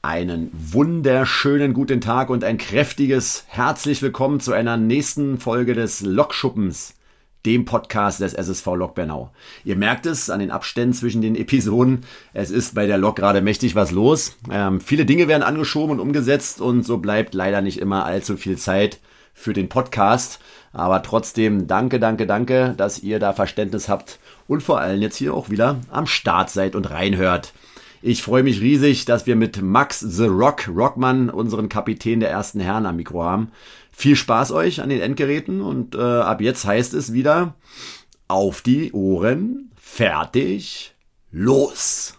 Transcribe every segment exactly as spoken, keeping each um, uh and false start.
Einen wunderschönen guten Tag und ein kräftiges herzlich willkommen zu einer nächsten Folge des Lokschuppens, dem Podcast des S S V Lok Bernau. Ihr merkt es an den Abständen zwischen den Episoden, es ist bei der Lok gerade mächtig was los. Ähm, viele Dinge werden angeschoben und umgesetzt und so bleibt leider nicht immer allzu viel Zeit für den Podcast. Aber trotzdem danke, danke, danke, dass ihr da Verständnis habt und vor allem jetzt hier auch wieder am Start seid und reinhört. Ich freue mich riesig, dass wir mit Max The Rock Rockmann, unseren Kapitän der ersten Herren, am Mikro haben. Viel Spaß euch an den Endgeräten und äh, ab jetzt heißt es wieder auf die Ohren, fertig, los!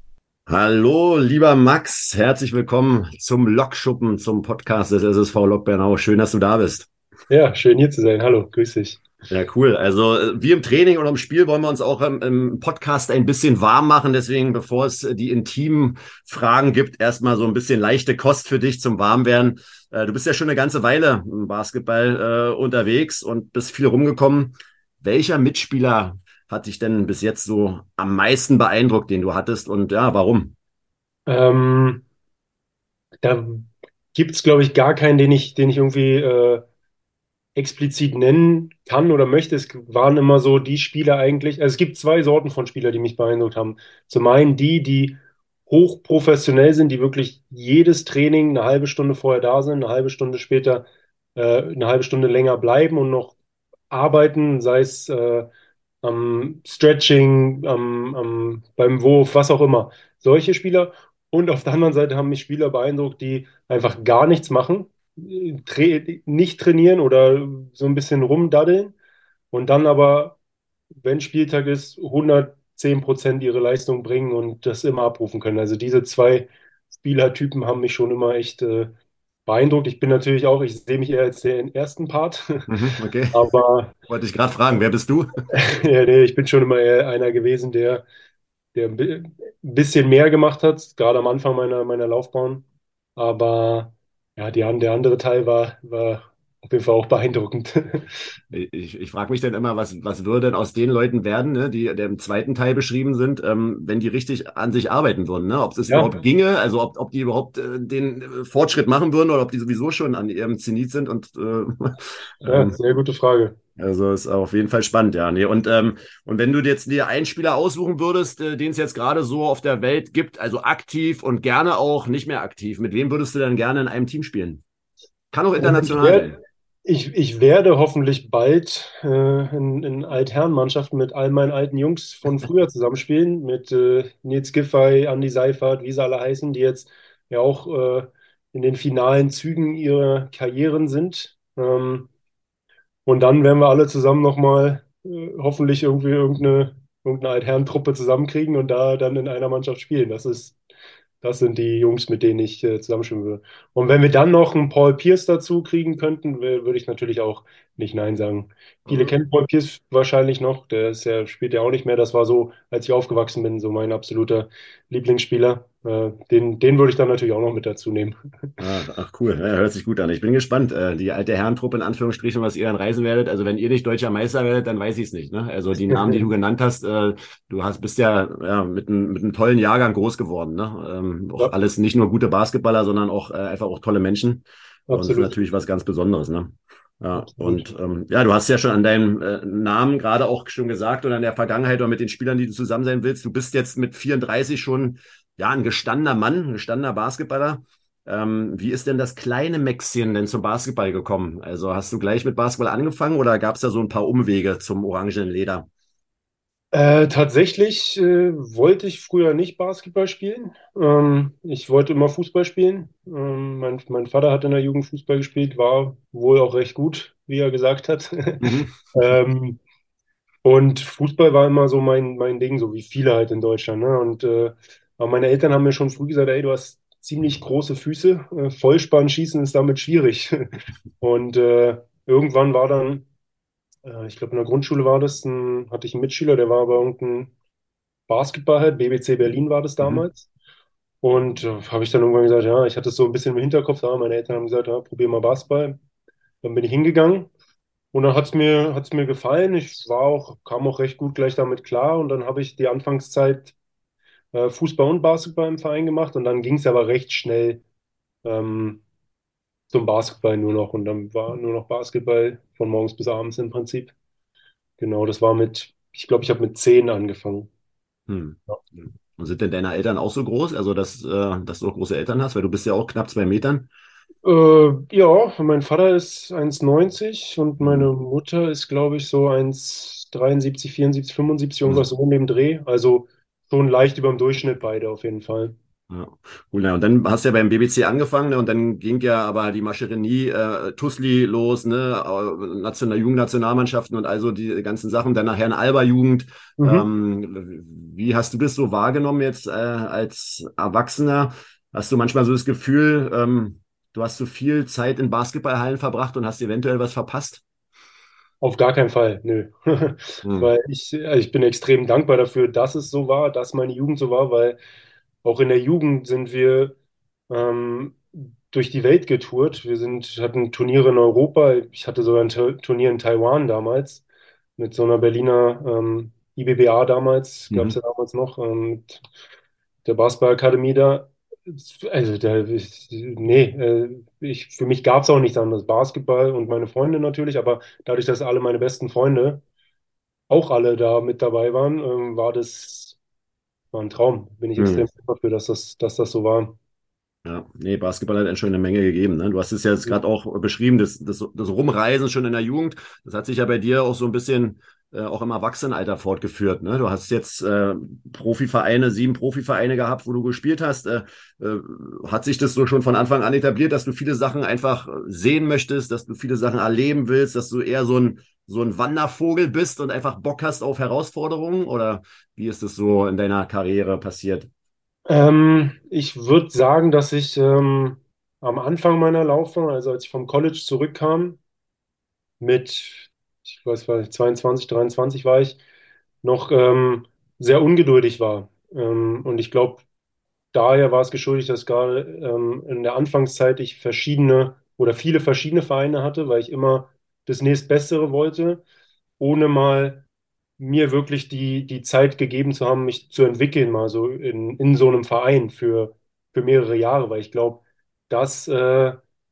Hallo, lieber Max, herzlich willkommen zum Lokschuppen, zum Podcast des S S V Lok Bernau. Schön, dass du da bist. Ja, schön hier zu sein. Hallo, grüß dich. Ja, cool. Also äh, wie im Training oder im Spiel wollen wir uns auch im, im Podcast ein bisschen warm machen. Deswegen, bevor es äh, die intimen Fragen gibt, erstmal so ein bisschen leichte Kost für dich zum Warmwerden. Äh, du bist ja schon eine ganze Weile im Basketball äh, unterwegs und bist viel rumgekommen. Welcher Mitspieler hat dich denn bis jetzt so am meisten beeindruckt, den du hattest und ja, warum? Ähm, Da gibt's, glaube ich, gar keinen, den ich, den ich irgendwie äh, explizit nennen kann oder möchte. Es waren immer so die Spieler eigentlich. Also es gibt zwei Sorten von Spieler, die mich beeindruckt haben. Zum einen die, die hochprofessionell sind, die wirklich jedes Training eine halbe Stunde vorher da sind, eine halbe Stunde später, äh, eine halbe Stunde länger bleiben und noch arbeiten, sei es äh, am Stretching, am, am, beim Wurf, was auch immer. Solche Spieler. Und auf der anderen Seite haben mich Spieler beeindruckt, die einfach gar nichts machen, äh, tra nicht trainieren oder so ein bisschen rumdaddeln und dann aber, wenn Spieltag ist, hundertzehn Prozent ihre Leistung bringen und das immer abrufen können. Also diese zwei Spielertypen haben mich schon immer echt äh, beeindruckt. Ich bin natürlich auch, ich sehe mich eher als den ersten Part, Mhm, okay. aber Wollte ich gerade fragen, wer bist du? ja, nee, ich bin schon immer eher einer gewesen, der, der ein bi- bisschen mehr gemacht hat, gerade am Anfang meiner, meiner Laufbahn. Aber ja, die, an- der andere Teil war, war auf jeden Fall auch beeindruckend. Ich, ich frage mich dann immer, was, was würde denn aus den Leuten werden, ne, die der im zweiten Teil beschrieben sind, ähm, wenn die richtig an sich arbeiten würden, ne? Ob es Ja, überhaupt ginge, also ob, ob die überhaupt äh, den äh, Fortschritt machen würden oder ob die sowieso schon an ihrem Zenit sind und äh, ja, ähm, sehr gute Frage. also ist auf jeden Fall spannend, ja. Nee, und, ähm, und wenn du jetzt dir einen Spieler aussuchen würdest, äh, den es jetzt gerade so auf der Welt gibt, also aktiv und gerne auch nicht mehr aktiv, mit wem würdest du dann gerne in einem Team spielen? Kann auch Ähm, Ich international werde, sein. ich, ich werde hoffentlich bald äh, in, in Altherrenmannschaften mit all meinen alten Jungs von früher zusammenspielen, mit äh, Nils Giffey, Andi Seifert, wie sie alle heißen, die jetzt ja auch äh, in den finalen Zügen ihrer Karrieren sind. Ähm, und dann werden wir alle zusammen nochmal äh, hoffentlich irgendwie irgendeine, irgendeine Altherrentruppe zusammenkriegen und da dann in einer Mannschaft spielen. Das ist, das sind die Jungs, mit denen ich äh, zusammenspielen würde. Und wenn wir dann noch einen Paul Pierce dazu kriegen könnten, wär- würde ich natürlich auch nicht Nein sagen. Viele kennen Paul Pierce wahrscheinlich noch, der ist ja, spielt ja auch nicht mehr. Das war so, als ich aufgewachsen bin, so mein absoluter Lieblingsspieler. Äh, den, den würde ich dann natürlich auch noch mit dazu nehmen. Ach, ach cool, ja, hört sich gut an. Ich bin gespannt. Äh, die alte Herrentruppe in Anführungsstrichen, was ihr dann reisen werdet. Also wenn ihr nicht deutscher Meister werdet, dann weiß ich es nicht. Ne? Also die Namen, die du genannt hast, äh, du hast, bist ja, ja mit, einem mit einem tollen Jahrgang groß geworden. Ne? Ähm, auch Ja, alles nicht nur gute Basketballer, sondern auch äh, einfach auch tolle Menschen. Und das ist absolut. natürlich was ganz Besonderes. Ne? Ja, Absolut. und ähm, ja, du hast ja schon an deinem äh, Namen gerade auch schon gesagt oder in der Vergangenheit oder mit den Spielern, die du zusammen sein willst. Du bist jetzt mit vierunddreißig schon ja ein gestandener Mann, ein gestandener Basketballer. Ähm, wie ist denn das kleine Maxchen denn zum Basketball gekommen? Also hast du gleich mit Basketball angefangen oder gab es da so ein paar Umwege zum orangenen Leder? Äh, tatsächlich äh, wollte ich früher nicht Basketball spielen. Ähm, ich wollte immer Fußball spielen. Ähm, mein, mein Vater hat in der Jugend Fußball gespielt, war wohl auch recht gut, wie er gesagt hat. Mhm. Ähm, und Fußball war immer so mein, mein Ding, so wie viele halt in Deutschland. Ne? Und äh, aber meine Eltern haben mir schon früh gesagt, ey, du hast ziemlich große Füße. Äh, Vollspann schießen ist damit schwierig. Und äh, irgendwann war dann, äh, ich glaube in der Grundschule war das, ein, hatte ich einen Mitschüler, der war aber irgendein Basketball halt, B B C Berlin war das Mhm. damals. Und äh, habe ich dann irgendwann gesagt, ja, ich hatte es so ein bisschen im Hinterkopf, da meine Eltern haben gesagt, ja, probier mal Basketball. Dann bin ich hingegangen und dann hat es mir, hat's mir gefallen. Ich war auch, kam auch recht gut gleich damit klar und dann habe ich die Anfangszeit äh, Fußball und Basketball im Verein gemacht und dann ging es aber recht schnell ähm, zum Basketball nur noch und dann war nur noch Basketball von morgens bis abends im Prinzip. Genau, das war mit, ich glaube, ich habe mit zehn angefangen. Hm. Ja. Und sind denn deine Eltern auch so groß? Also, dass, äh, dass du auch große Eltern hast? Weil du bist ja auch knapp zwei Metern. Äh, ja, mein Vater ist eins neunzig und Mhm. meine Mutter ist, glaube ich, so eins dreiundsiebzig, vierundsiebzig, fünfundsiebzig, irgendwas Mhm. so um den Dreh. Also schon leicht über dem Durchschnitt beide auf jeden Fall. Ja, cool. Ja, und dann hast du ja beim B B C angefangen, ne, und dann ging ja aber die Maschinerie äh, Tussli los, ne, äh, National Jugendnationalmannschaften und also die ganzen Sachen. Dann nachher in Alba-Jugend. Mhm. Ähm, wie hast du das so wahrgenommen jetzt äh, als Erwachsener? Hast du manchmal so das Gefühl, ähm, du hast zu viel Zeit in Basketballhallen verbracht und hast eventuell was verpasst? Auf gar keinen Fall, nö. Hm. Weil ich, also ich bin extrem dankbar dafür, dass es so war, dass meine Jugend so war, weil auch in der Jugend sind wir ähm, durch die Welt getourt. Wir sind, hatten Turniere in Europa. Ich hatte sogar ein Tu- Turnier in Taiwan damals mit so einer Berliner ähm, I B B A damals, gab es ja Mhm. damals noch, ähm, mit der Basketballakademie da. Also, da, ich, nee, äh, ich, für mich gab es auch nichts anderes. Basketball und meine Freunde natürlich, aber dadurch, dass alle meine besten Freunde auch alle da mit dabei waren, ähm, war das war ein Traum. Bin ich Hm. extrem dankbar für, dass das, dass das so war. Ja, nee, Basketball hat einen schon eine Menge gegeben. Ne? Du hast es ja jetzt gerade auch beschrieben, das, das, das Rumreisen schon in der Jugend. Das hat sich ja bei dir auch so ein bisschen äh, auch im Erwachsenenalter fortgeführt. Ne? Du hast jetzt äh, Profivereine, sieben Profivereine gehabt, wo du gespielt hast. Äh, äh, hat sich das so schon von Anfang an etabliert, dass du viele Sachen einfach sehen möchtest, dass du viele Sachen erleben willst, dass du eher so ein, so ein Wandervogel bist und einfach Bock hast auf Herausforderungen? Oder wie ist das so in deiner Karriere passiert? Ähm, ich würde sagen, dass ich ähm, am Anfang meiner Laufbahn, also als ich vom College zurückkam, mit, ich weiß nicht, zweiundzwanzig, dreiundzwanzig war ich, noch ähm, sehr ungeduldig war. Ähm, und ich glaube, daher war es geschuldigt, dass gerade ähm, in der Anfangszeit ich verschiedene oder viele verschiedene Vereine hatte, weil ich immer das nächstbessere wollte, ohne mal mir wirklich die, die Zeit gegeben zu haben, mich zu entwickeln, mal so in, in so einem Verein für, für mehrere Jahre, weil ich glaube, das äh,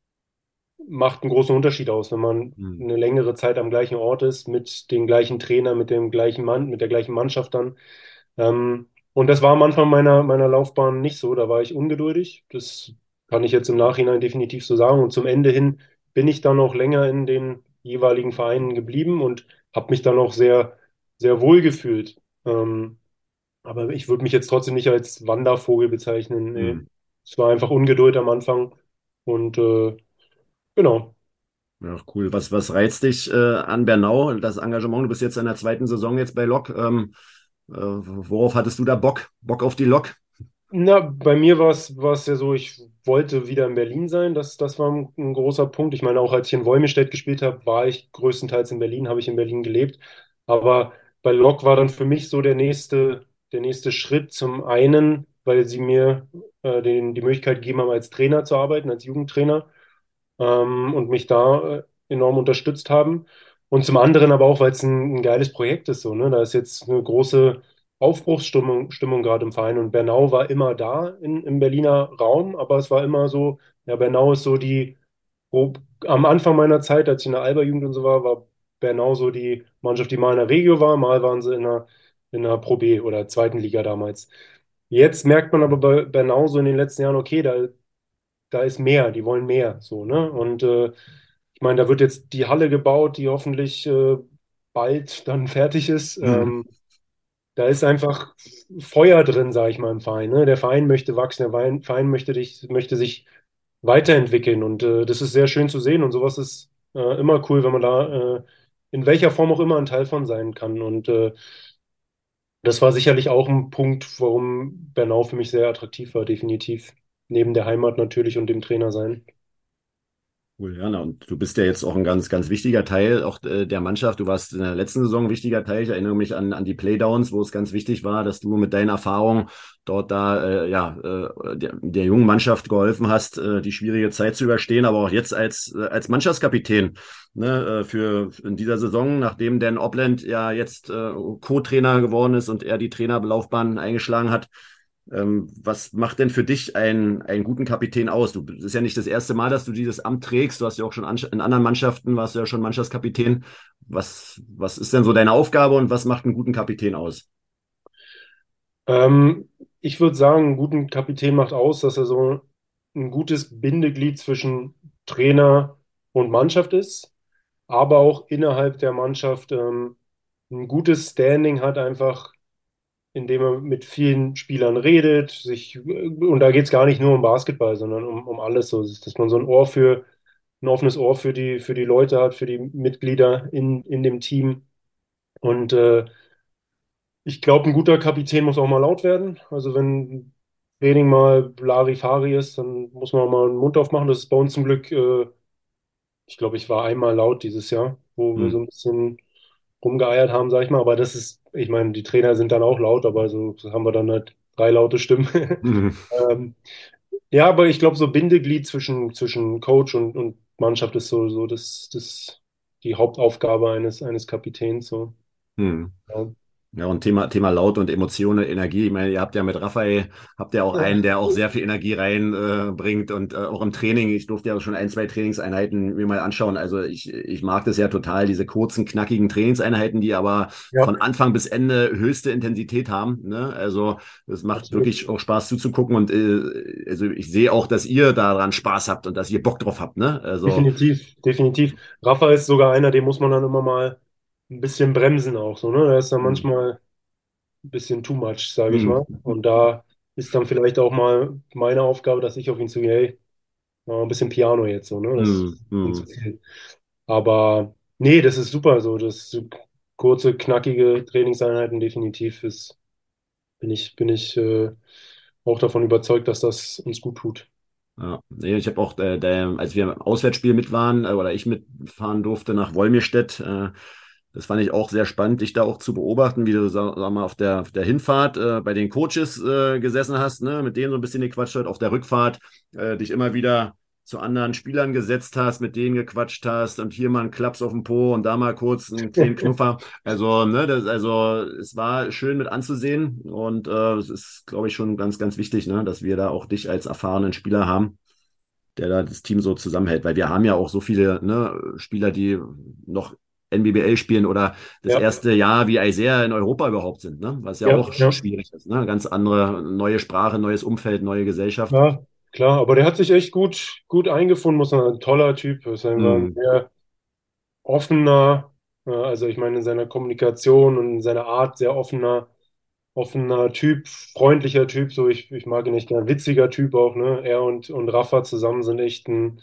macht einen großen Unterschied aus, wenn man Hm. eine längere Zeit am gleichen Ort ist, mit dem gleichen Trainer, mit dem gleichen Mann, mit der gleichen Mannschaft dann. Ähm, und das war am Anfang meiner, meiner Laufbahn nicht so, da war ich ungeduldig. Das kann ich jetzt im Nachhinein definitiv so sagen. Und zum Ende hin bin ich dann auch länger in den jeweiligen Vereinen geblieben und habe mich dann auch sehr, sehr wohl gefühlt. Ähm, aber ich würde mich jetzt trotzdem nicht als Wandervogel bezeichnen. Nee. Hm. Es war einfach Ungeduld am Anfang und äh, genau. Ja, cool. Was, was reizt dich äh, an Bernau, das Engagement? Du bist jetzt in der zweiten Saison jetzt bei Lok. Ähm, äh, worauf hattest du da Bock? Bock auf die Lok? Na, bei mir war es, war es ja so, ich wollte wieder in Berlin sein. Das, das war ein, ein großer Punkt. Ich meine, auch als ich in Wolmirstedt gespielt habe, war ich größtenteils in Berlin, habe ich in Berlin gelebt. Aber bei Lok war dann für mich so der nächste, der nächste Schritt zum einen, weil sie mir äh, den, die Möglichkeit gegeben haben, als Trainer zu arbeiten, als Jugendtrainer ähm, und mich da äh, enorm unterstützt haben. Und zum anderen aber auch, weil es ein, ein geiles Projekt ist, so, ne? Da ist jetzt eine große Aufbruchsstimmung Stimmung gerade im Verein und Bernau war immer da in, im Berliner Raum, aber es war immer so, ja, Bernau ist so die, wo, am Anfang meiner Zeit, als ich in der Alba-Jugend und so war, war Bernau so die Mannschaft, die mal in der Regio war, mal waren sie in der, in der Pro B oder zweiten Liga damals. Jetzt merkt man aber bei Bernau so in den letzten Jahren, okay, da da ist mehr, die wollen mehr, so, ne? Und äh, ich meine, da wird jetzt die Halle gebaut, die hoffentlich äh, bald dann fertig ist. Mhm. Ähm, da ist einfach Feuer drin, sage ich mal, im Verein. Ne? Der Verein möchte wachsen, der Verein, Verein möchte dich, möchte sich weiterentwickeln und äh, das ist sehr schön zu sehen und sowas ist äh, immer cool, wenn man da äh, in welcher Form auch immer ein Teil von sein kann. Und äh, das war sicherlich auch ein Punkt, warum Bernau für mich sehr attraktiv war, definitiv. Neben der Heimat natürlich und dem Trainer sein. Cool, ja, na, und du bist ja jetzt auch ein ganz, ganz wichtiger Teil auch äh, der Mannschaft. Du warst in der letzten Saison ein wichtiger Teil. Ich erinnere mich an, an die Playdowns, wo es ganz wichtig war, dass du mit deinen Erfahrungen dort da äh, ja äh, der, der jungen Mannschaft geholfen hast, äh, die schwierige Zeit zu überstehen. Aber auch jetzt als äh, als Mannschaftskapitän, ne, äh, für in dieser Saison, nachdem Dan Opland ja jetzt äh, Co-Trainer geworden ist und er die Trainerlaufbahn eingeschlagen hat. Ähm, was macht denn für dich einen, einen guten Kapitän aus? Du, das ist ja nicht das erste Mal, dass du dieses Amt trägst. Du hast ja auch schon an, in anderen Mannschaften, warst du ja schon Mannschaftskapitän. Was, was ist denn so deine Aufgabe und was macht einen guten Kapitän aus? Ähm, Ich würde sagen, einen guten Kapitän macht aus, dass er so ein gutes Bindeglied zwischen Trainer und Mannschaft ist, aber auch innerhalb der Mannschaft ähm, ein gutes Standing hat, einfach indem er mit vielen Spielern redet, sich, und da geht es gar nicht nur um Basketball, sondern um, um alles so, dass man so ein Ohr für, ein offenes Ohr für die, für die Leute hat, für die Mitglieder in, in dem Team. Und äh, ich glaube, ein guter Kapitän muss auch mal laut werden. Also wenn Training mal Larifari ist, dann muss man auch mal den Mund aufmachen. Das ist bei uns zum Glück, äh, ich glaube, ich war einmal laut dieses Jahr, wo wir Hm. so ein bisschen rumgeeiert haben, sag ich mal. Aber das ist, ich meine, die Trainer sind dann auch laut, aber so haben wir dann halt drei laute Stimmen. Hm. Ähm, ja, aber ich glaube, so Bindeglied zwischen, zwischen Coach und, und Mannschaft ist so, so das, das, die Hauptaufgabe eines, eines Kapitäns. So. Hm. Ja. Ja, und Thema, Thema Laut und Emotionen, Energie. Ich meine, ihr habt ja mit Raphael, habt ja auch einen, der auch sehr viel Energie reinbringt äh, bringt und äh, auch im Training. Ich durfte ja auch schon ein, zwei Trainingseinheiten mir mal anschauen. Also ich, ich mag das ja total, diese kurzen, knackigen Trainingseinheiten, die aber Ja, von Anfang bis Ende höchste Intensität haben. Ne? Also es macht absolut. wirklich auch Spaß zuzugucken und äh, also ich sehe auch, dass ihr daran Spaß habt und dass ihr Bock drauf habt. Ne? Also Definitiv, definitiv. Rafa ist sogar einer, den muss man dann immer mal ein bisschen bremsen auch so, ne? Da ist dann hm, manchmal ein bisschen too much, sage ich hm, mal. Und da ist dann vielleicht auch mal meine Aufgabe, dass ich auf ihn zugehe, hey, mal ein bisschen Piano jetzt so, ne? Das hm, ist ihm zu hm, viel. Aber nee, das ist super so. Das so kurze, knackige Trainingseinheiten definitiv ist, bin ich, bin ich äh, auch davon überzeugt, dass das uns gut tut. Ja, nee, ich habe auch, äh, der, als wir im Auswärtsspiel mit waren, äh, oder ich mitfahren durfte nach Wolmirstedt, äh, das fand ich auch sehr spannend, dich da auch zu beobachten, wie du, sag, sag mal, auf der, auf der Hinfahrt äh, bei den Coaches äh, gesessen hast, ne, mit denen so ein bisschen gequatscht hat, auf der Rückfahrt äh, dich immer wieder zu anderen Spielern gesetzt hast, mit denen gequatscht hast und hier mal einen Klaps auf den Po und da mal kurz einen kleinen Knuffer. Also, ne, das, also es war schön mit anzusehen und äh, es ist, glaube ich, schon ganz, ganz wichtig, ne, dass wir da auch dich als erfahrenen Spieler haben, der da das Team so zusammenhält, weil wir haben ja auch so viele, ne, Spieler, die noch N B B L spielen oder das Ja, erste Jahr wie Isaiah in Europa überhaupt sind, ne, was ja ja, auch sch- ja. schwierig ist, ne, ganz andere neue Sprache, neues Umfeld, neue Gesellschaft. Ja, klar, aber der hat sich echt gut, gut eingefunden, muss man sagen. Ein toller Typ. Ist einfach ein Hm, sehr offener, äh, also ich meine in seiner Kommunikation und in seiner Art sehr offener, offener Typ, freundlicher Typ. So, ich, ich mag ihn echt gern. Witziger Typ auch, ne? Er und, und Rafa zusammen sind echt ein,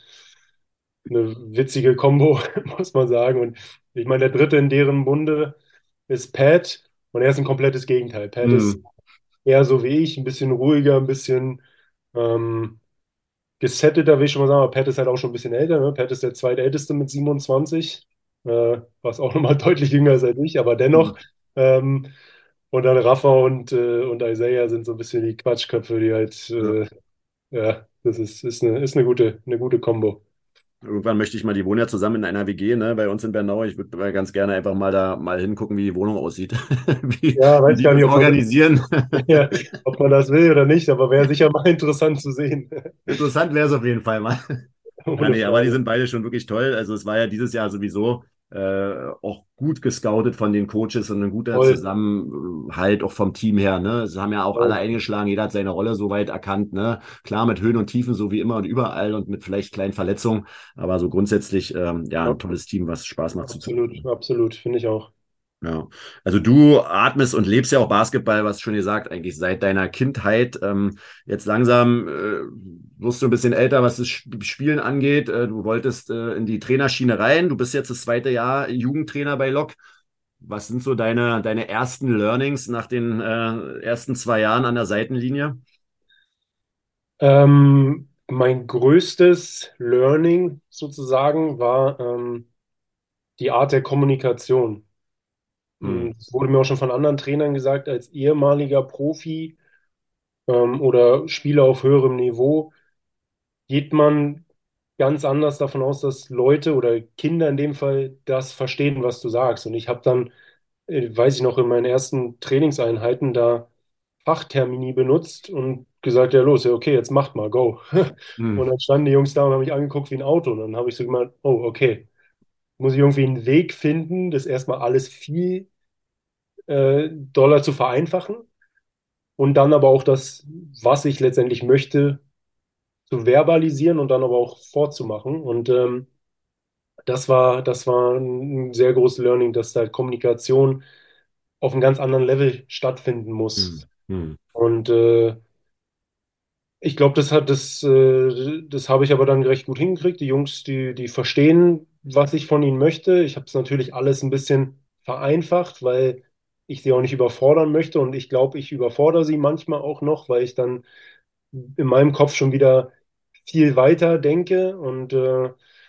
eine witzige Kombo, muss man sagen. Und ich meine, der dritte in deren Bunde ist Pat und er ist ein komplettes Gegenteil. Pat ist hm, eher so wie ich, ein bisschen ruhiger, ein bisschen ähm, gesetteter, will ich schon mal sagen, aber Pat ist halt auch schon ein bisschen älter. Ne? Pat ist der zweitälteste mit siebenundzwanzig, äh, was auch nochmal deutlich jünger ist als ich, aber dennoch. Ähm, und dann Rafa und, äh, und Isaiah sind so ein bisschen die Quatschköpfe, die halt, ja. äh, ja, das ist, ist eine, ist eine gute, eine gute Kombo. Irgendwann möchte ich mal, die wohnen ja zusammen in einer W G, ne, bei uns in Bernau. Ich würde ganz gerne einfach mal da mal hingucken, wie die Wohnung aussieht, wie, Ja, wie weiß die gar das nicht, ob man das, organisieren. ja, ob man das will oder nicht, aber wäre sicher mal interessant zu sehen. Interessant wäre es auf jeden Fall mal. Ja, Ohne nee, aber die Frage. sind beide schon wirklich toll. Also es war ja dieses Jahr sowieso äh, auch gut gescoutet von den Coaches und ein guter Voll, Zusammenhalt auch vom Team her. Ne? Es haben ja auch alle voll. eingeschlagen, jeder hat seine Rolle soweit erkannt. Ne? Klar mit Höhen und Tiefen, so wie immer und überall und mit vielleicht kleinen Verletzungen, aber so grundsätzlich ähm, ja Ja, ein tolles Team, was Spaß macht absolut, zuzugucken. absolut, finde ich auch. Ja, also du atmest und lebst ja auch Basketball, was schon gesagt, eigentlich seit deiner Kindheit. Ähm, jetzt langsam äh, wirst du ein bisschen älter, was das Sp- Spielen angeht. Äh, du wolltest äh, in die Trainerschiene rein. Du bist jetzt das zweite Jahr Jugendtrainer bei Lok. Was sind so deine, deine ersten Learnings nach den äh, ersten zwei Jahren an der Seitenlinie? Ähm, mein größtes Learning sozusagen war ähm, die Art der Kommunikation. Hm, Mm, Es wurde mir auch schon von anderen Trainern gesagt, als ehemaliger Profi ähm, oder Spieler auf höherem Niveau geht man ganz anders davon aus, dass Leute oder Kinder in dem Fall das verstehen, was du sagst. Und ich habe dann, äh, weiß ich noch, in meinen ersten Trainingseinheiten da Fachtermini benutzt und gesagt, ja los, ja okay, jetzt macht mal, go. Hm. Und dann standen die Jungs da und haben mich angeguckt wie ein Auto. Und dann habe ich so gemeint, oh, okay, muss ich irgendwie einen Weg finden, das erstmal alles viel äh, doller zu vereinfachen und dann aber auch das, was ich letztendlich möchte, zu verbalisieren und dann aber auch vorzumachen. Und ähm, das war, das war ein sehr großes Learning, dass da Kommunikation auf einem ganz anderen Level stattfinden Hm. muss. Hm. Und äh, ich glaube, das hat das, äh, das habe ich aber dann recht gut hingekriegt. Die Jungs, die, die verstehen, was ich von ihnen möchte. Ich habe es natürlich alles ein bisschen vereinfacht, weil ich sie auch nicht überfordern möchte. Und ich glaube, ich überfordere sie manchmal auch noch, weil ich dann in meinem Kopf schon wieder viel weiter denke und äh,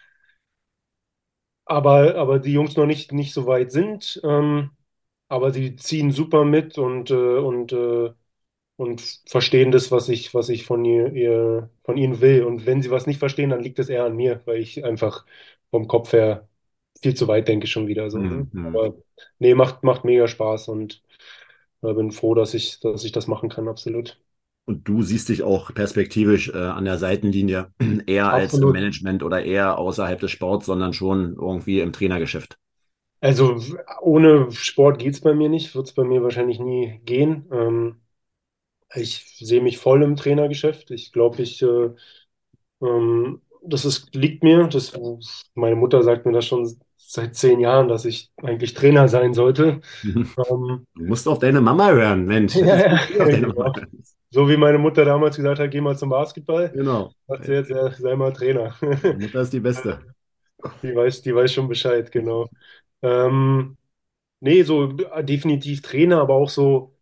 aber, aber die Jungs noch nicht, nicht so weit sind. Ähm, aber sie ziehen super mit und, äh, und äh, und verstehen das, was ich, was ich von ihr, ihr, von ihnen will. Und wenn sie was nicht verstehen, dann liegt es eher an mir, weil ich einfach vom Kopf her viel zu weit denke schon wieder so. Hm. Ne? Hm. Aber nee, macht, macht mega Spaß und äh, bin froh, dass ich, dass ich das machen kann, absolut. Und du siehst dich auch perspektivisch äh, an der Seitenlinie eher als im Absolut. Management oder eher außerhalb des Sports, sondern schon irgendwie im Trainergeschäft. Also ohne Sport geht es bei mir nicht, wird es bei mir wahrscheinlich nie gehen. Ähm, ich sehe mich voll im Trainergeschäft. Ich glaube, ich äh, Ähm, das ist, liegt mir. Das, meine Mutter sagt mir das schon seit zehn Jahren, dass ich eigentlich Trainer sein sollte. Mhm. Ähm, Du musst auf deine Mama hören, Mensch. ja, Hättest du ja, früher auf deine Mama genau. hören müssen. So wie meine Mutter damals gesagt hat, geh mal zum Basketball, Genau. sagt sie jetzt, ja, sei mal Trainer. Mutter ist die Beste. Die weiß, die weiß schon Bescheid, genau. Ähm, nee, so definitiv Trainer, aber auch so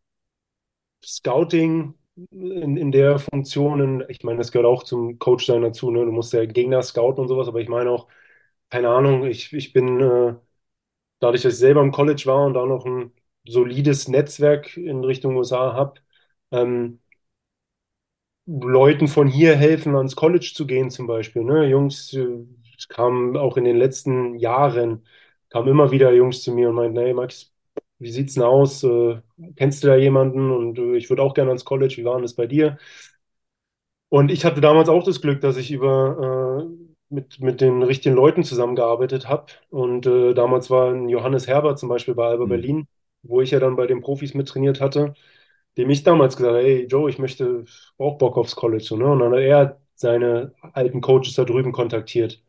Scouting in, in der Funktion. In, ich meine, das gehört auch zum Coach sein dazu, ne? Du musst ja Gegner scouten und sowas, aber ich meine auch, keine Ahnung, ich, ich bin, äh, dadurch, dass ich selber im College war und da noch ein solides Netzwerk in Richtung U S A habe, ähm, Leuten von hier helfen, ans College zu gehen zum Beispiel. Ne? Jungs, äh, es kamen auch in den letzten Jahren, kamen immer wieder Jungs zu mir und meinten, hey Max, wie sieht's denn aus? Äh, kennst du da jemanden? Und äh, ich würde auch gerne ans College. Wie war denn das bei dir? Und ich hatte damals auch das Glück, dass ich über äh, mit, mit den richtigen Leuten zusammengearbeitet habe. Und äh, damals war ein Johannes Herbert zum Beispiel bei Alba Hm. Berlin, wo ich ja dann bei den Profis mittrainiert hatte, dem ich damals gesagt habe, hey Joe, ich möchte auch Bock aufs College. So, ne? Und dann hat er seine alten Coaches da drüben kontaktiert.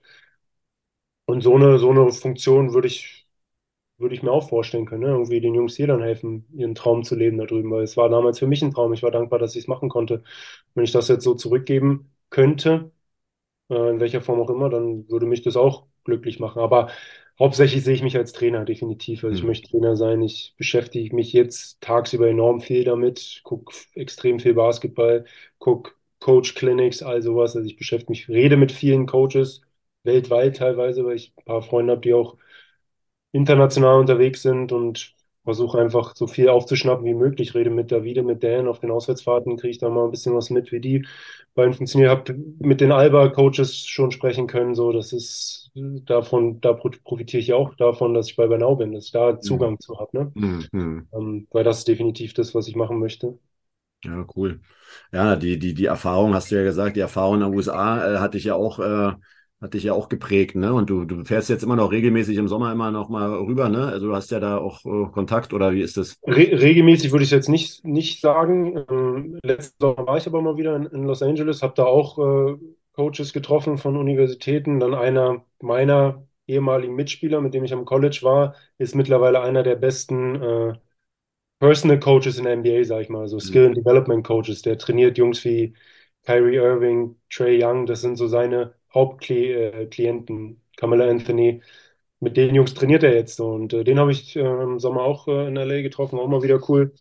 Und so eine, so eine Funktion würde ich, würde ich mir auch vorstellen können, ne? Irgendwie den Jungs hier dann helfen, ihren Traum zu leben da drüben. Weil es war damals für mich ein Traum. Ich war dankbar, dass ich es machen konnte. Wenn ich das jetzt so zurückgeben könnte, äh, in welcher Form auch immer, dann würde mich das auch glücklich machen. Aber hauptsächlich sehe ich mich als Trainer, definitiv. Also ich Hm. möchte Trainer sein. Ich beschäftige mich jetzt tagsüber enorm viel damit, gucke extrem viel Basketball, gucke Coach Clinics, all sowas. Also ich beschäftige mich, rede mit vielen Coaches, weltweit teilweise, weil ich ein paar Freunde habe, die auch international unterwegs sind und versuche einfach so viel aufzuschnappen wie möglich. Rede mit Davide, mit Dan auf den Auswärtsfahrten, kriege ich da mal ein bisschen was mit, wie die beiden funktionieren. Habe mit den Alba-Coaches schon sprechen können. So, das ist davon, da profitiere ich auch davon, dass ich bei Bernau bin, dass ich da Hm. Zugang zu habe, ne? Hm. Hm. Ähm, weil das ist definitiv das, was ich machen möchte. Ja, cool. Ja, die, die, die Erfahrung, hast du ja gesagt, die Erfahrung in den U S A äh, hat dich ja auch, äh, hat dich ja auch geprägt, ne? Und du, du fährst jetzt immer noch regelmäßig im Sommer immer noch mal rüber, ne? Also du hast ja da auch äh, Kontakt oder wie ist das? Re regelmäßig würde ich jetzt nicht, nicht sagen. Ähm, letzten Sommer war ich aber mal wieder in, in Los Angeles, habe da auch äh, Coaches getroffen von Universitäten. Dann einer meiner ehemaligen Mitspieler, mit dem ich am College war, ist mittlerweile einer der besten äh, Personal Coaches in der N B A, sag ich mal, so Hm. Skill and Development Coaches. Der trainiert Jungs wie Kyrie Irving, Trae Young, das sind so seine Hauptklienten. Carmelo Anthony, mit den Jungs trainiert er jetzt so. Und äh, den habe ich äh, im Sommer auch äh, in L A getroffen, auch mal wieder cool.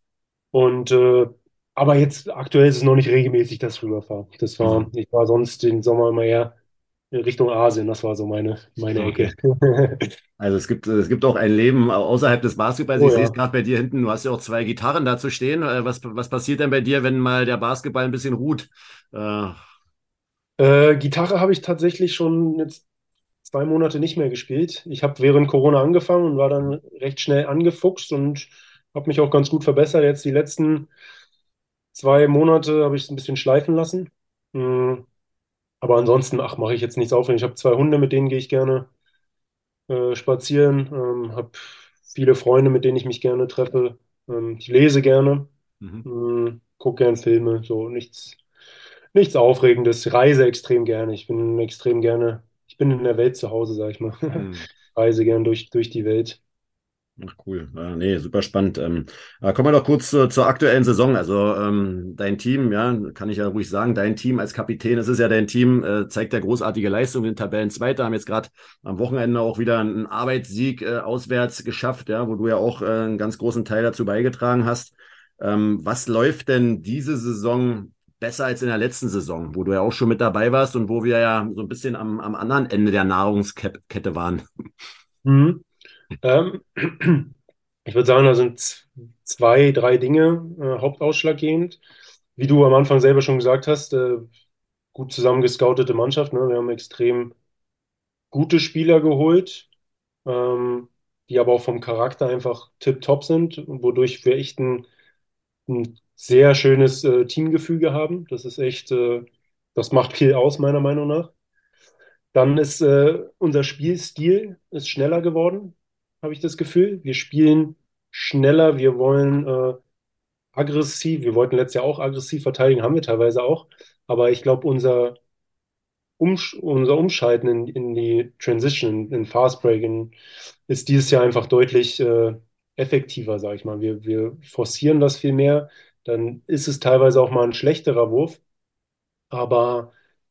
Und äh, aber jetzt aktuell ist es noch nicht regelmäßig, dass ich rüberfahre. Das war, Also, ich war sonst den Sommer immer eher Richtung Asien, das war so meine, meine okay. Ecke. Also es gibt, es gibt auch ein Leben außerhalb des Basketballs. Oh Ich sehe es ja. gerade bei dir hinten, du hast ja auch zwei Gitarren da zu stehen. Äh, Was, was passiert denn bei dir, wenn mal der Basketball ein bisschen ruht? Äh, Äh, Gitarre habe ich tatsächlich schon jetzt zwei Monate nicht mehr gespielt. Ich habe während Corona angefangen und war dann recht schnell angefuchst und habe mich auch ganz gut verbessert. Jetzt die letzten zwei Monate habe ich es ein bisschen schleifen lassen. Mm, Aber ansonsten, ach, mache ich jetzt nichts Aufregendes. Ich habe zwei Hunde, mit denen gehe ich gerne äh, spazieren, ähm, habe viele Freunde, mit denen ich mich gerne treffe. Ähm, ich lese gerne, Mhm. mm, gucke gern Filme, so nichts, nichts Aufregendes. Reise extrem gerne. Ich bin extrem gerne, ich bin in der Welt zu Hause, sag ich mal. Hm. Reise gern durch, durch die Welt. Ach cool. Ja, nee, super spannend. Ähm, aber kommen wir doch kurz zur, zur aktuellen Saison. Also ähm, dein Team, ja, kann ich ja ruhig sagen, dein Team als Kapitän, es ist ja dein Team, äh, zeigt ja großartige Leistung in den Tabellenzweiter, haben jetzt gerade am Wochenende auch wieder einen Arbeitssieg äh, auswärts geschafft, ja, wo du ja auch äh, einen ganz großen Teil dazu beigetragen hast. Ähm, was läuft denn diese Saison besser als in der letzten Saison, wo du ja auch schon mit dabei warst und wo wir ja so ein bisschen am, am anderen Ende der Nahrungskette waren? Mhm. Ähm, Ich würde sagen, da sind z- zwei, drei Dinge äh, hauptausschlaggebend. Wie du am Anfang selber schon gesagt hast, äh, gut zusammengescoutete Mannschaft. Ne? Wir haben extrem gute Spieler geholt, ähm, die aber auch vom Charakter einfach tipptopp sind, wodurch wir echt ein, ein sehr schönes äh, Teamgefüge haben. Das ist echt, äh, das macht viel aus, meiner Meinung nach. Dann ist äh, unser Spielstil ist schneller geworden, habe ich das Gefühl. Wir spielen schneller, wir wollen äh, aggressiv, wir wollten letztes Jahr auch aggressiv verteidigen, haben wir teilweise auch. Aber ich glaube, unser, Umsch unser Umschalten in, in die Transition, in Fast Break, in, ist dieses Jahr einfach deutlich äh, effektiver, sage ich mal. Wir, wir forcieren das viel mehr. Dann ist es teilweise auch mal ein schlechterer Wurf, aber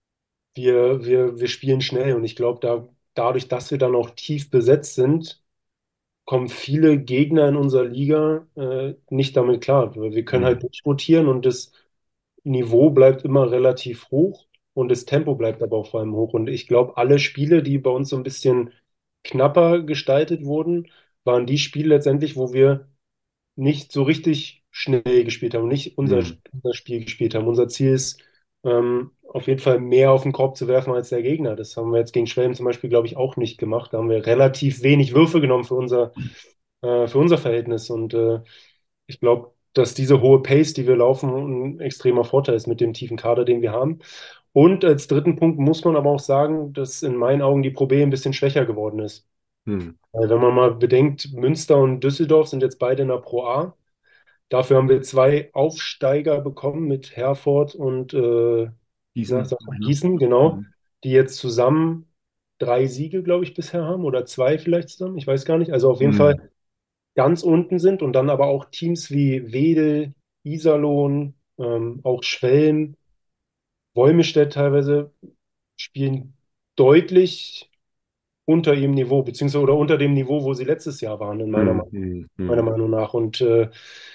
wir, wir, wir spielen schnell und ich glaube, da, dadurch, dass wir dann auch tief besetzt sind, kommen viele Gegner in unserer Liga äh, nicht damit klar. Wir können Hm. halt durchrotieren und das Niveau bleibt immer relativ hoch und das Tempo bleibt aber auch vor allem hoch. Und ich glaube, alle Spiele, die bei uns so ein bisschen knapper gestaltet wurden, waren die Spiele letztendlich, wo wir nicht so richtig schnell gespielt haben, nicht unser, Hm. unser Spiel gespielt haben. Unser Ziel ist, ähm, auf jeden Fall mehr auf den Korb zu werfen als der Gegner. Das haben wir jetzt gegen Schwelm zum Beispiel, glaube ich, auch nicht gemacht. Da haben wir relativ wenig Würfe genommen für unser, äh, für unser Verhältnis. Und äh, ich glaube, dass diese hohe Pace, die wir laufen, ein extremer Vorteil ist mit dem tiefen Kader, den wir haben. Und als dritten Punkt muss man aber auch sagen, dass in meinen Augen die Pro B ein bisschen schwächer geworden ist. Hm. Weil wenn man mal bedenkt, Münster und Düsseldorf sind jetzt beide in der Pro A. Dafür haben wir zwei Aufsteiger bekommen mit Herford und äh, na, Gießen, sag mal, ne? Gießen, genau, Mhm. die jetzt zusammen drei Siege, glaube ich, bisher haben oder zwei vielleicht zusammen, ich weiß gar nicht. Also auf jeden Mhm. Fall ganz unten sind und dann aber auch Teams wie Wedel, Iserlohn, ähm, auch Schwelm, Wolmestedt teilweise spielen deutlich unter ihrem Niveau, beziehungsweise oder unter dem Niveau, wo sie letztes Jahr waren, in meiner, Mhm. Mhm. meiner Mhm. Meinung nach. Und äh,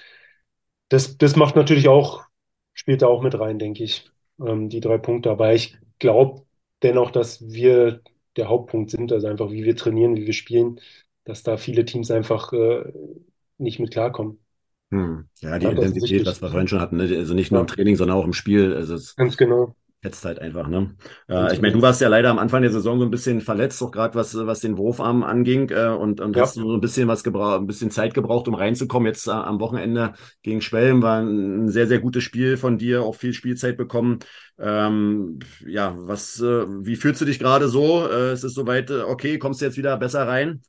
das, das macht natürlich auch, spielt da auch mit rein, denke ich, ähm, die drei Punkte. Aber ich glaube dennoch, dass wir der Hauptpunkt sind, also einfach wie wir trainieren, wie wir spielen, dass da viele Teams einfach äh, nicht mit klarkommen. Mhm. Ja, die Ganz Intensität, was offensichtlich. wir vorhin schon hatten, ne? Also nicht nur im Ja, Training, sondern auch im Spiel. Also es ganz genau. fetzt halt einfach, ne? Äh, Ganz ich meine, du genau. warst ja leider am Anfang der Saison so ein bisschen verletzt, auch gerade was, was den Wurfarm anging, äh, und, und hast Ja. so ein bisschen was gebraucht, ein bisschen Zeit gebraucht, um reinzukommen. Jetzt äh, am Wochenende gegen Schwelm war ein sehr, sehr gutes Spiel von dir, auch viel Spielzeit bekommen. Ähm, ja, was, äh, wie fühlst du dich gerade so? Äh, ist es soweit, äh, okay, kommst du jetzt wieder besser rein?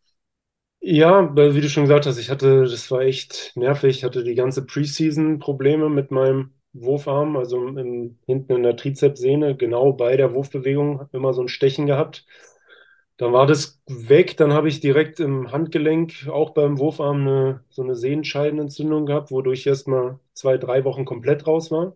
Ja, weil, wie du schon gesagt hast, ich hatte, das war echt nervig. Ich hatte die ganze Preseason Probleme mit meinem Wurfarm, also im, hinten in der Trizepssehne, genau bei der Wurfbewegung, immer so ein Stechen gehabt. Dann war das weg, dann habe ich direkt im Handgelenk auch beim Wurfarm eine, so eine Sehenscheidenentzündung gehabt, wodurch ich erst mal zwei, drei Wochen komplett raus war.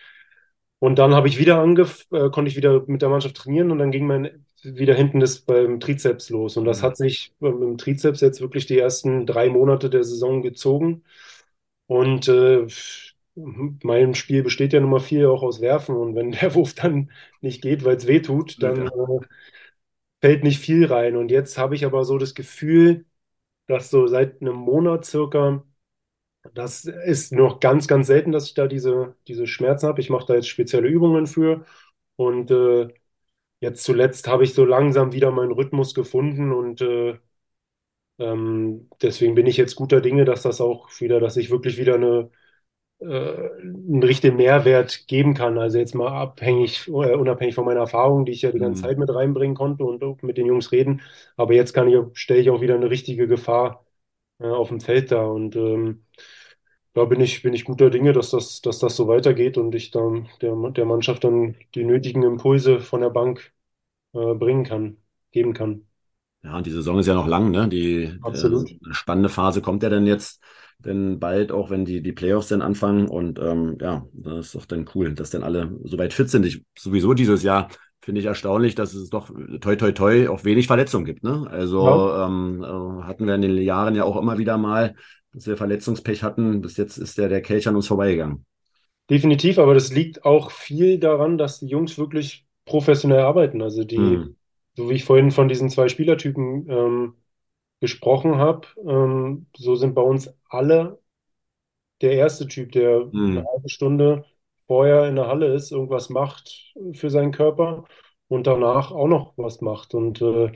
Und dann habe ich wieder angef äh, konnte ich wieder mit der Mannschaft trainieren und dann ging mein wieder hinten das beim Trizeps los. Und das Mhm. hat sich beim im Trizeps jetzt wirklich die ersten drei Monate der Saison gezogen. Und äh, mein Spiel besteht ja nun mal viel auch aus Werfen. Und wenn der Wurf dann nicht geht, weil es weh tut, dann Ja. äh, fällt nicht viel rein. Und jetzt habe ich aber so das Gefühl, dass so seit einem Monat circa, das ist noch ganz, ganz selten, dass ich da diese, diese Schmerzen habe. Ich mache da jetzt spezielle Übungen für. Und äh, jetzt zuletzt habe ich so langsam wieder meinen Rhythmus gefunden und äh, ähm, deswegen bin ich jetzt guter Dinge, dass das auch wieder, dass ich wirklich wieder eine äh, einen richtigen Mehrwert geben kann. Also jetzt mal abhängig, äh, unabhängig von meiner Erfahrung, die ich ja die ganze Hm. Zeit mit reinbringen konnte und auch mit den Jungs reden. Aber jetzt kann ich, stelle ich auch wieder eine richtige Gefahr äh, auf dem Feld dar. Und ähm, da bin ich, bin ich guter Dinge, dass das, dass das so weitergeht und ich dann der, der Mannschaft dann die nötigen Impulse von der Bank äh, bringen kann, geben kann. Ja, und die Saison ist ja noch lang, ne? Die äh, Absolut. spannende Phase kommt ja dann jetzt denn bald, auch wenn die, die Playoffs dann anfangen. Und ähm, ja, das ist doch dann cool, dass dann alle soweit fit sind. Ich sowieso dieses Jahr finde ich erstaunlich, dass es doch toi toi toi auch wenig Verletzungen gibt, ne? Ja, Also ähm, äh, hatten wir in den Jahren ja auch immer wieder mal, dass wir Verletzungspech hatten. Bis jetzt ist der, der Kelch an uns vorbeigegangen. definitiv, aber das liegt auch viel daran, dass die Jungs wirklich professionell arbeiten. Also die, Hm, so wie ich vorhin von diesen zwei Spielertypen ähm, gesprochen habe, ähm, so sind bei uns alle der erste Typ, der eine hm, halbe Stunde vorher in der Halle ist, irgendwas macht für seinen Körper und danach auch noch was macht. Und äh,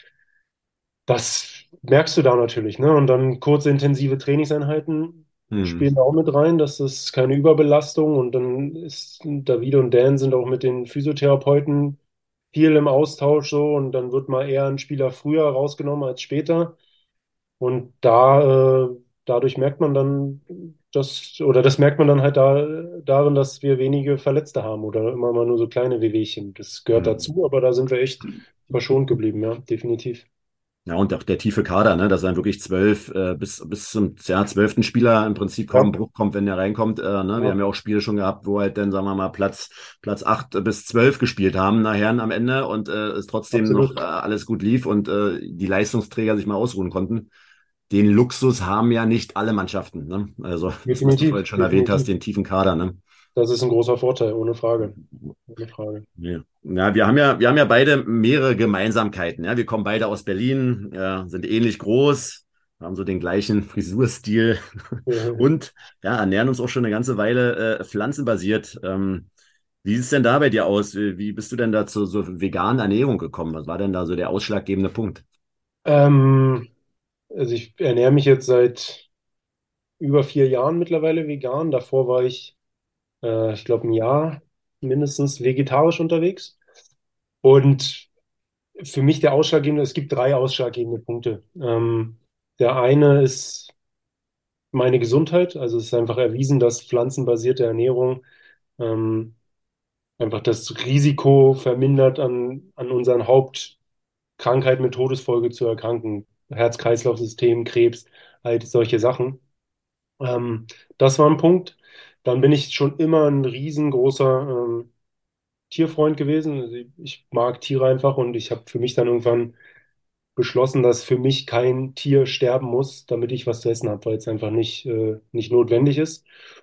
das merkst du da natürlich, ne? Und dann kurze intensive Trainingseinheiten hm, spielen da auch mit rein, dass das keine Überbelastung und dann ist David und Dan sind auch mit den Physiotherapeuten viel im Austausch so und dann wird mal eher ein Spieler früher rausgenommen als später. Und da, äh, dadurch merkt man dann, dass, oder das merkt man dann halt da, darin, dass wir wenige Verletzte haben oder immer mal nur so kleine Wehwehchen. Das gehört hm. dazu, aber da sind wir echt verschont geblieben, ja, definitiv. Ja, und auch der tiefe Kader, ne, dass dann wirklich zwölf äh, bis bis zum ja, zwölften Spieler im Prinzip kaum Ja, Bruch kommt, wenn der reinkommt. Äh, ne? Wir ja, haben ja auch Spiele schon gehabt, wo halt dann, sagen wir mal, Platz Platz acht bis zwölf gespielt haben nachher am Ende und äh, es trotzdem noch äh, absolut. alles gut lief und äh, die Leistungsträger sich mal ausruhen konnten. Den Luxus haben ja nicht alle Mannschaften. Ne? Also das, was du vorhin Definitiv, schon erwähnt hast, definitiv. den tiefen Kader. Ne? Das ist ein großer Vorteil, ohne Frage. Ohne Frage. Ja. Ja, wir haben ja, wir haben ja beide mehrere Gemeinsamkeiten. Ja, wir kommen beide aus Berlin, ja, sind ähnlich groß, haben so den gleichen Frisurstil Äh, und ja, ernähren uns auch schon eine ganze Weile äh, pflanzenbasiert. Ähm, wie sieht es denn da bei dir aus? Wie wie bist du denn da zu so veganen Ernährung gekommen? Was war denn da so der ausschlaggebende Punkt? Ähm, also ich ernähre mich jetzt seit über vier Jahren mittlerweile vegan. Davor war ich, äh, ich glaube, ein Jahr mindestens vegetarisch unterwegs. Und für mich der ausschlaggebende, es gibt drei ausschlaggebende Punkte. Ähm, der eine ist meine Gesundheit. Also es ist einfach erwiesen, dass pflanzenbasierte Ernährung ähm, einfach das Risiko vermindert, an, an unseren Hauptkrankheiten mit Todesfolge zu erkranken. Herz-Kreislauf-System, Krebs, halt solche Sachen. Ähm, das war ein Punkt. Dann bin ich schon immer ein riesengroßer ähm, Tierfreund gewesen. Also ich, ich mag Tiere einfach und ich habe für mich dann irgendwann beschlossen, dass für mich kein Tier sterben muss, damit ich was zu essen habe, weil es einfach nicht, äh, nicht notwendig ist.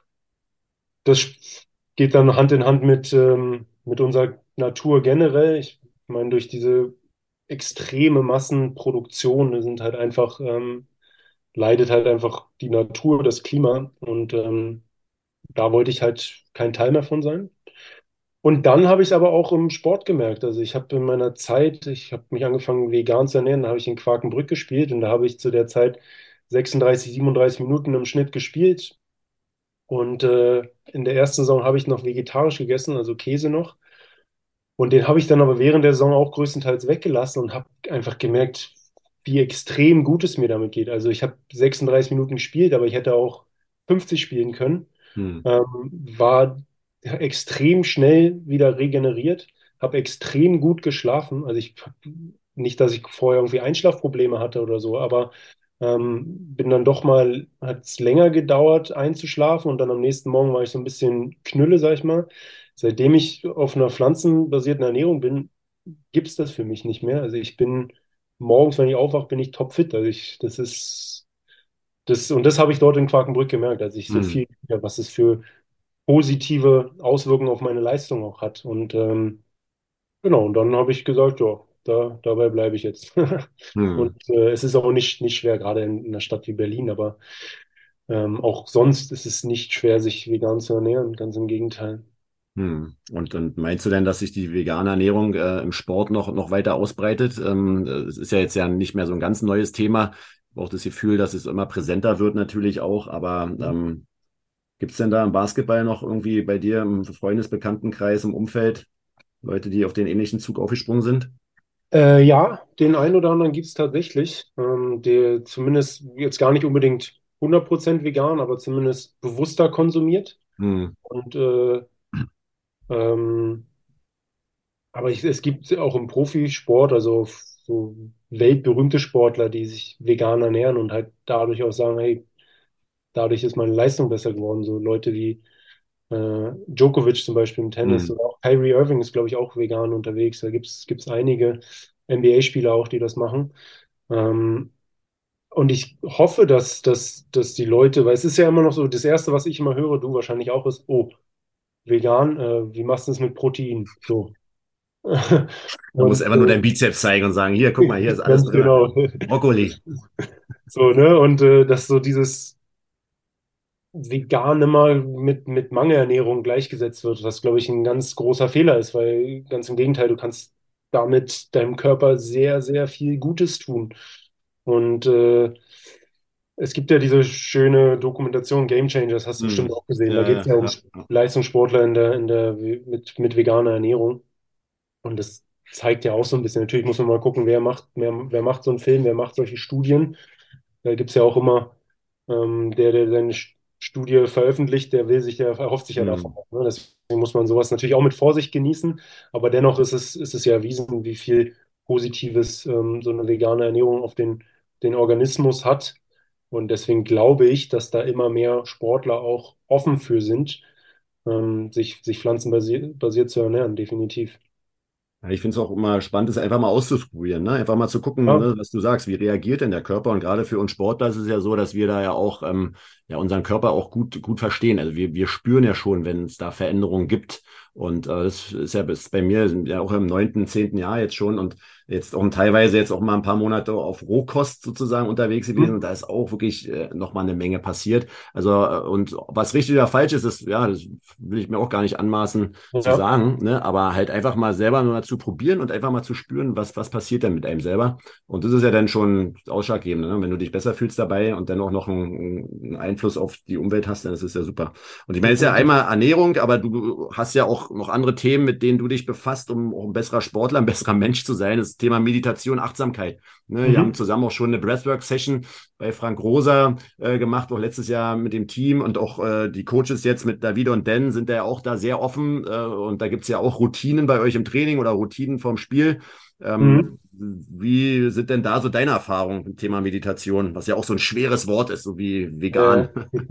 Das geht dann Hand in Hand mit, ähm, mit unserer Natur generell. Ich meine, durch diese extreme Massenproduktion sind halt einfach, ähm, leidet halt einfach die Natur, das Klima. Und ähm, da wollte ich halt kein Teil mehr von sein. Und dann habe ich es aber auch im Sport gemerkt. Also ich habe in meiner Zeit, ich habe mich angefangen vegan zu ernähren, da habe ich in Quakenbrück gespielt und da habe ich zu der Zeit sechsunddreißig, siebenunddreißig Minuten im Schnitt gespielt. Und äh, in der ersten Saison habe ich noch vegetarisch gegessen, also Käse noch. Und den habe ich dann aber während der Saison auch größtenteils weggelassen und habe einfach gemerkt, wie extrem gut es mir damit geht. Also ich habe sechsunddreißig Minuten gespielt, aber ich hätte auch fünfzig spielen können. Hm, Ähm, war extrem schnell wieder regeneriert, habe extrem gut geschlafen. Also ich nicht, dass ich vorher irgendwie Einschlafprobleme hatte oder so, aber ähm, bin dann doch mal, hat es länger gedauert einzuschlafen und dann am nächsten Morgen war ich so ein bisschen knülle, sag ich mal. Seitdem ich auf einer pflanzenbasierten Ernährung bin, gibt es das für mich nicht mehr. Also ich bin morgens, wenn ich aufwache, bin ich topfit. Also ich, das ist das, und das habe ich dort in Quakenbrück gemerkt, als ich so hm, viel, ja, was es für positive Auswirkungen auf meine Leistung auch hat. Und ähm, genau, und dann habe ich gesagt, ja, da, dabei bleibe ich jetzt. hm. Und äh, es ist auch nicht, nicht schwer, gerade in, in einer Stadt wie Berlin, aber ähm, auch sonst ist es nicht schwer, sich vegan zu ernähren, ganz im Gegenteil. Hm. Und, und meinst du denn, dass sich die vegane Ernährung äh, im Sport noch, noch weiter ausbreitet? Ähm, äh, es ist ja jetzt ja nicht mehr so ein ganz neues Thema. Ich habe auch das Gefühl, dass es immer präsenter wird natürlich auch. Aber ähm, Gibt es denn da im Basketball noch irgendwie bei dir im Freundesbekanntenkreis, im Umfeld Leute, die auf den ähnlichen Zug aufgesprungen sind? Äh, ja, den einen oder anderen gibt es tatsächlich, ähm, der zumindest jetzt gar nicht unbedingt hundert Prozent vegan, aber zumindest bewusster konsumiert. Hm. Und äh, ähm, aber ich, es gibt auch im Profisport, also so weltberühmte Sportler, die sich vegan ernähren und halt dadurch auch sagen, hey, dadurch ist meine Leistung besser geworden. So Leute wie äh, Djokovic zum Beispiel im Tennis Hm. oder auch Kyrie Irving ist, glaube ich, auch vegan unterwegs. Da gibt es einige N B A-Spieler auch, die das machen. Ähm, und ich hoffe, dass, dass, dass die Leute, weil es ist ja immer noch so, das Erste, was ich immer höre, du wahrscheinlich auch, ist, oh, vegan, äh, wie machst du das mit Protein? So. Man muss Und einfach nur deinen äh, Bizeps zeigen und sagen, hier, guck mal, hier ist alles ganz drin. genau. Brokkoli. So, ne? Und äh, dass so dieses vegan immer mit, mit Mangelernährung gleichgesetzt wird, was, glaube ich, ein ganz großer Fehler ist, weil ganz im Gegenteil, du kannst damit deinem Körper sehr, sehr viel Gutes tun. Und äh, es gibt ja diese schöne Dokumentation Game Changers, hast du bestimmt Hm. auch gesehen. Da geht es Ja, ja um ja, ja. Leistungssportler in der, in der, mit, mit veganer Ernährung. Und das zeigt ja auch so ein bisschen. Natürlich muss man mal gucken, wer macht, wer, wer macht so einen Film, wer macht solche Studien. Da gibt es ja auch immer ähm, der, der seine St- Studie veröffentlicht, der will sich, der erhofft sich ja davon. Hm. Ne? Deswegen muss man sowas natürlich auch mit Vorsicht genießen. Aber dennoch ist es, ist es ja erwiesen, wie viel Positives ähm, so eine vegane Ernährung auf den, den Organismus hat. Und deswegen glaube ich, dass da immer mehr Sportler auch offen für sind, ähm, sich, sich pflanzenbasiert basiert zu ernähren, definitiv. Ja, ich finde es auch immer spannend, das einfach mal auszuprobieren, ne? Einfach mal zu gucken, Ja. ne, was du sagst, wie reagiert denn der Körper? Und gerade für uns Sportler ist es ja so, dass wir da ja auch ähm, ja unseren Körper auch gut gut verstehen. Also wir wir spüren ja schon, wenn es da Veränderungen gibt. Und äh, das ist ja bis bei mir sind ja auch im neunten, zehnten Jahr jetzt schon und jetzt auch teilweise jetzt auch mal ein paar Monate auf Rohkost sozusagen unterwegs gewesen. Hm. Und da ist auch wirklich äh, noch mal eine Menge passiert. Also äh, und was richtig oder falsch ist, ist ja, das will ich mir auch gar nicht anmaßen zu Ja. sagen, ne? Aber halt einfach mal selber mal zu probieren und einfach mal zu spüren, was, was passiert denn mit einem selber. Und das ist ja dann schon ausschlaggebend, ne? Wenn du dich besser fühlst dabei und dann auch noch einen, einen Einfluss auf die Umwelt hast, dann ist es ja super. Und ich meine, es ist ja Definitiv. einmal Ernährung, aber du hast ja auch noch andere Themen, mit denen du dich befasst, um auch ein besserer Sportler, ein besserer Mensch zu sein. Das Thema Meditation, Achtsamkeit. Ne? Wir haben Mhm. zusammen auch schon eine Breathwork-Session bei Frank Rosa äh, gemacht, auch letztes Jahr mit dem Team und auch äh, die Coaches jetzt mit David und Dan sind da ja auch da sehr offen äh, und da gibt's ja auch Routinen bei euch im Training oder Routinen vorm Spiel. Mhm. Ähm, wie sind denn da so deine Erfahrungen im Thema Meditation, was ja auch so ein schweres Wort ist, so wie vegan? Ja,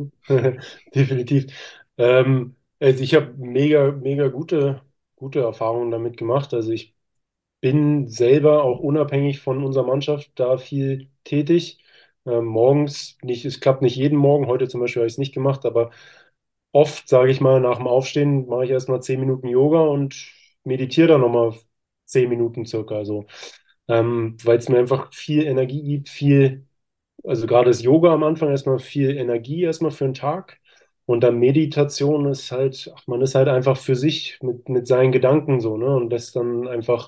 definitiv. Ähm, also ich habe mega, mega gute, gute Erfahrungen damit gemacht. Also ich bin selber auch unabhängig von unserer Mannschaft da viel tätig. Ähm, morgens nicht, es klappt nicht jeden Morgen. Heute zum Beispiel habe ich es nicht gemacht, aber oft, sage ich mal, nach dem Aufstehen mache ich erstmal zehn Minuten Yoga und meditiere dann nochmal zehn Minuten circa. Also, ähm, weil es mir einfach viel Energie gibt, viel. Also gerade das Yoga am Anfang erstmal viel Energie erstmal für den Tag. Und dann Meditation ist halt, ach, man ist halt einfach für sich mit, mit seinen Gedanken so, ne? Und das dann einfach,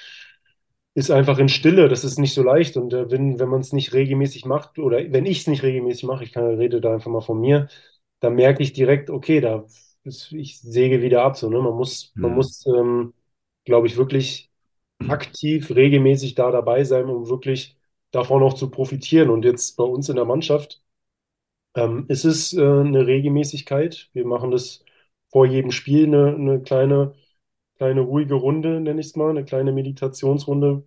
ist einfach in Stille. Das ist nicht so leicht. Und äh, wenn, wenn man es nicht regelmäßig macht, oder wenn ich es nicht regelmäßig mache, ich kann, rede da einfach mal von mir, dann merke ich direkt, okay, da ist, ich säge wieder ab, so, ne? Man muss, man Hm. muss, ähm, glaube ich, wirklich aktiv, regelmäßig da dabei sein, um wirklich davon auch zu profitieren. Und jetzt bei uns in der Mannschaft ähm, ist es äh, eine Regelmäßigkeit. Wir machen das vor jedem Spiel eine, eine kleine, kleine ruhige Runde, nenne ich es mal, eine kleine Meditationsrunde.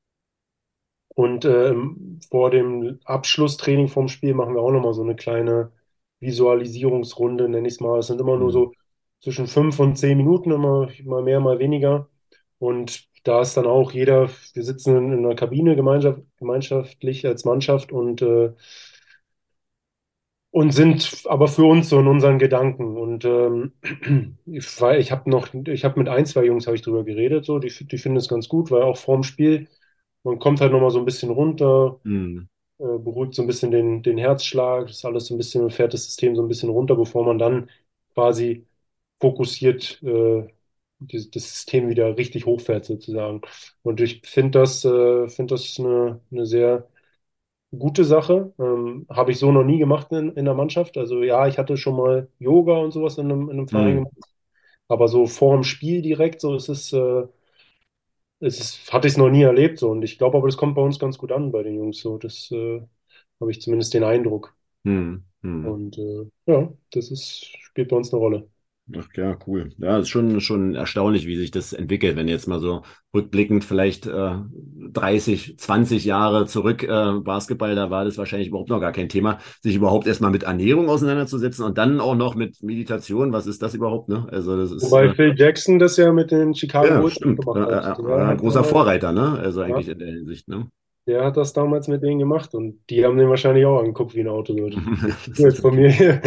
Und ähm, vor dem Abschlusstraining vom Spiel machen wir auch nochmal so eine kleine Visualisierungsrunde, nenne ich es mal. Es sind immer nur Hm. so zwischen fünf und zehn Minuten, immer mal mehr, mal weniger. Und da ist dann auch jeder, wir sitzen in, in einer Kabine gemeinschaft, gemeinschaftlich als Mannschaft und äh, und sind aber für uns so in unseren Gedanken. Und ähm, ich, war- ich habe noch, ich habe mit ein, zwei Jungs habe ich drüber geredet, so, die, die finden es ganz gut, weil auch vorm Spiel, man kommt halt nochmal so ein bisschen runter, Hm. äh, beruhigt so ein bisschen den, den Herzschlag, das ist alles so ein bisschen, fährt das System so ein bisschen runter, bevor man dann quasi fokussiert äh, das, das System wieder richtig hochfährt sozusagen. Und ich finde das, äh, finde das eine, eine sehr gute Sache. Ähm, habe ich so noch nie gemacht in, in der Mannschaft. Also ja, ich hatte schon mal Yoga und sowas in einem, in einem Verein Hm. gemacht. Aber so vor dem Spiel direkt, so ist es, äh, es ist, hatte ich es noch nie erlebt. So. Und ich glaube aber, das kommt bei uns ganz gut an bei den Jungs. So. Das äh, habe ich zumindest den Eindruck. Hm. Hm. Und äh, ja, das ist, spielt bei uns eine Rolle. Ach ja, cool. Ja, ist schon, schon erstaunlich, wie sich das entwickelt, wenn jetzt mal so rückblickend vielleicht äh, dreißig, zwanzig Jahre zurück äh, Basketball, da war das wahrscheinlich überhaupt noch gar kein Thema, sich überhaupt erstmal mit Ernährung auseinanderzusetzen und dann auch noch mit Meditation. Was ist das überhaupt, ne? Also das ist Wobei äh, Phil Jackson das ja mit den Chicago ja, Bulls auch stimmt. Äh, gemacht hat. Der äh, äh, hat großer damals, Vorreiter, ne? Also eigentlich ja, in der Hinsicht, ne? der hat das damals mit denen gemacht und die haben den wahrscheinlich auch angeguckt wie ein Auto. So. Das Jetzt ist von mir wirklich hier.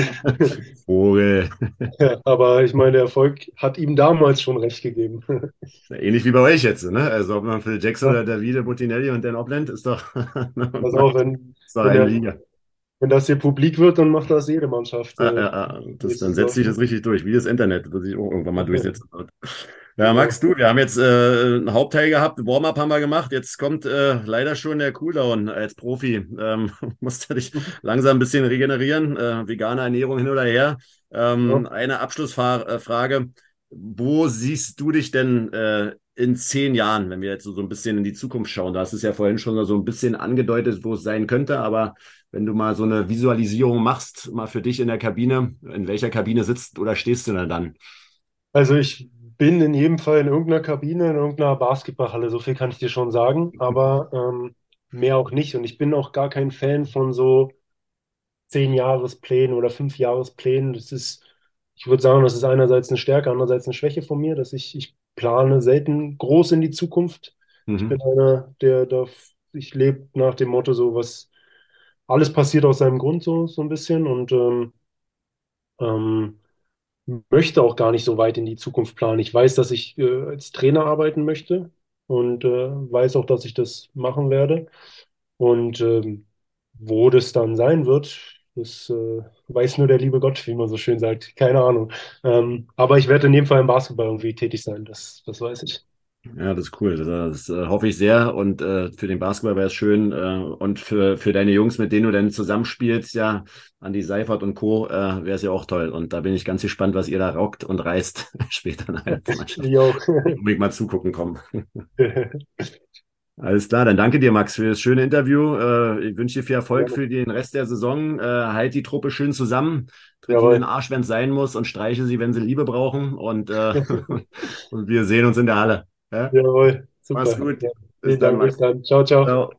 Vogel. Ja, aber ich meine, der Erfolg hat ihm damals schon recht gegeben. Ja, ähnlich wie bei euch jetzt, ne? Also ob man Phil Jackson Ja, oder Davide Bottinelli und Dan Obland ist doch, pass auf, wenn, ist doch wenn, eine der, Liga. wenn das hier publik wird, dann macht das jede Mannschaft Äh, äh, äh, äh, das, dann nächste setzt Saison. sich das richtig durch, wie das Internet, das sich auch irgendwann mal durchsetzen wird. Ja, Max, Genau. du, wir haben jetzt äh, einen Hauptteil gehabt, Warm-up haben wir gemacht, jetzt kommt äh, leider schon der Cooldown als Profi. Ähm, musst du dich langsam ein bisschen regenerieren, äh, vegane Ernährung hin oder her. Ja. Ähm, eine Abschlussfrage, wo siehst du dich denn äh, in zehn Jahren, wenn wir jetzt so, so ein bisschen in die Zukunft schauen? Du hast es ja vorhin schon so ein bisschen angedeutet, wo es sein könnte, aber wenn du mal so eine Visualisierung machst, mal für dich in der Kabine, in welcher Kabine sitzt oder stehst du denn dann? Also ich bin in jedem Fall in irgendeiner Kabine, in irgendeiner Basketballhalle, so viel kann ich dir schon sagen, aber ähm, mehr auch nicht. Und ich bin auch gar kein Fan von so Zehn-Jahresplänen oder Fünf-Jahresplänen. Das ist, ich würde sagen, das ist einerseits eine Stärke, andererseits eine Schwäche von mir, dass ich, ich plane selten groß in die Zukunft. Ich bin Mhm. einer, der da, ich lebe nach dem Motto so, was alles passiert aus seinem Grund so, so ein bisschen und ähm, ähm, möchte auch gar nicht so weit in die Zukunft planen. Ich weiß, dass ich äh, als Trainer arbeiten möchte und äh, weiß auch, dass ich das machen werde. Und ähm, wo das dann sein wird, das äh, weiß nur der liebe Gott, wie man so schön sagt. Keine Ahnung. Ähm, aber ich werde in dem Fall im Basketball irgendwie tätig sein, das, das weiß ich. Ja, das ist cool. Das, das äh, hoffe ich sehr. Und äh, für den Basketball wäre es schön. Äh, und für, für deine Jungs, mit denen du dann zusammenspielst, ja, Andi Seifert und Co., äh, wäre es ja auch toll. Und da bin ich ganz gespannt, was ihr da rockt und reißt später in der Mannschaft. Ich auch. Unbedingt mal zugucken kommen. Alles klar, dann danke dir, Max, für das schöne Interview. Äh, ich wünsche dir viel Erfolg Gerne. für den Rest der Saison. Äh, halt die Truppe schön zusammen, tritt ihnen in den Jawohl. Arsch, wenn es sein muss, und streiche sie, wenn sie Liebe brauchen. Und, äh, und wir sehen uns in der Halle. Ja? Jawohl. Mach's Super. gut. Ja. Bis Vielen dann, Dank. Bis Max. dann. Ciao, ciao. Ciao.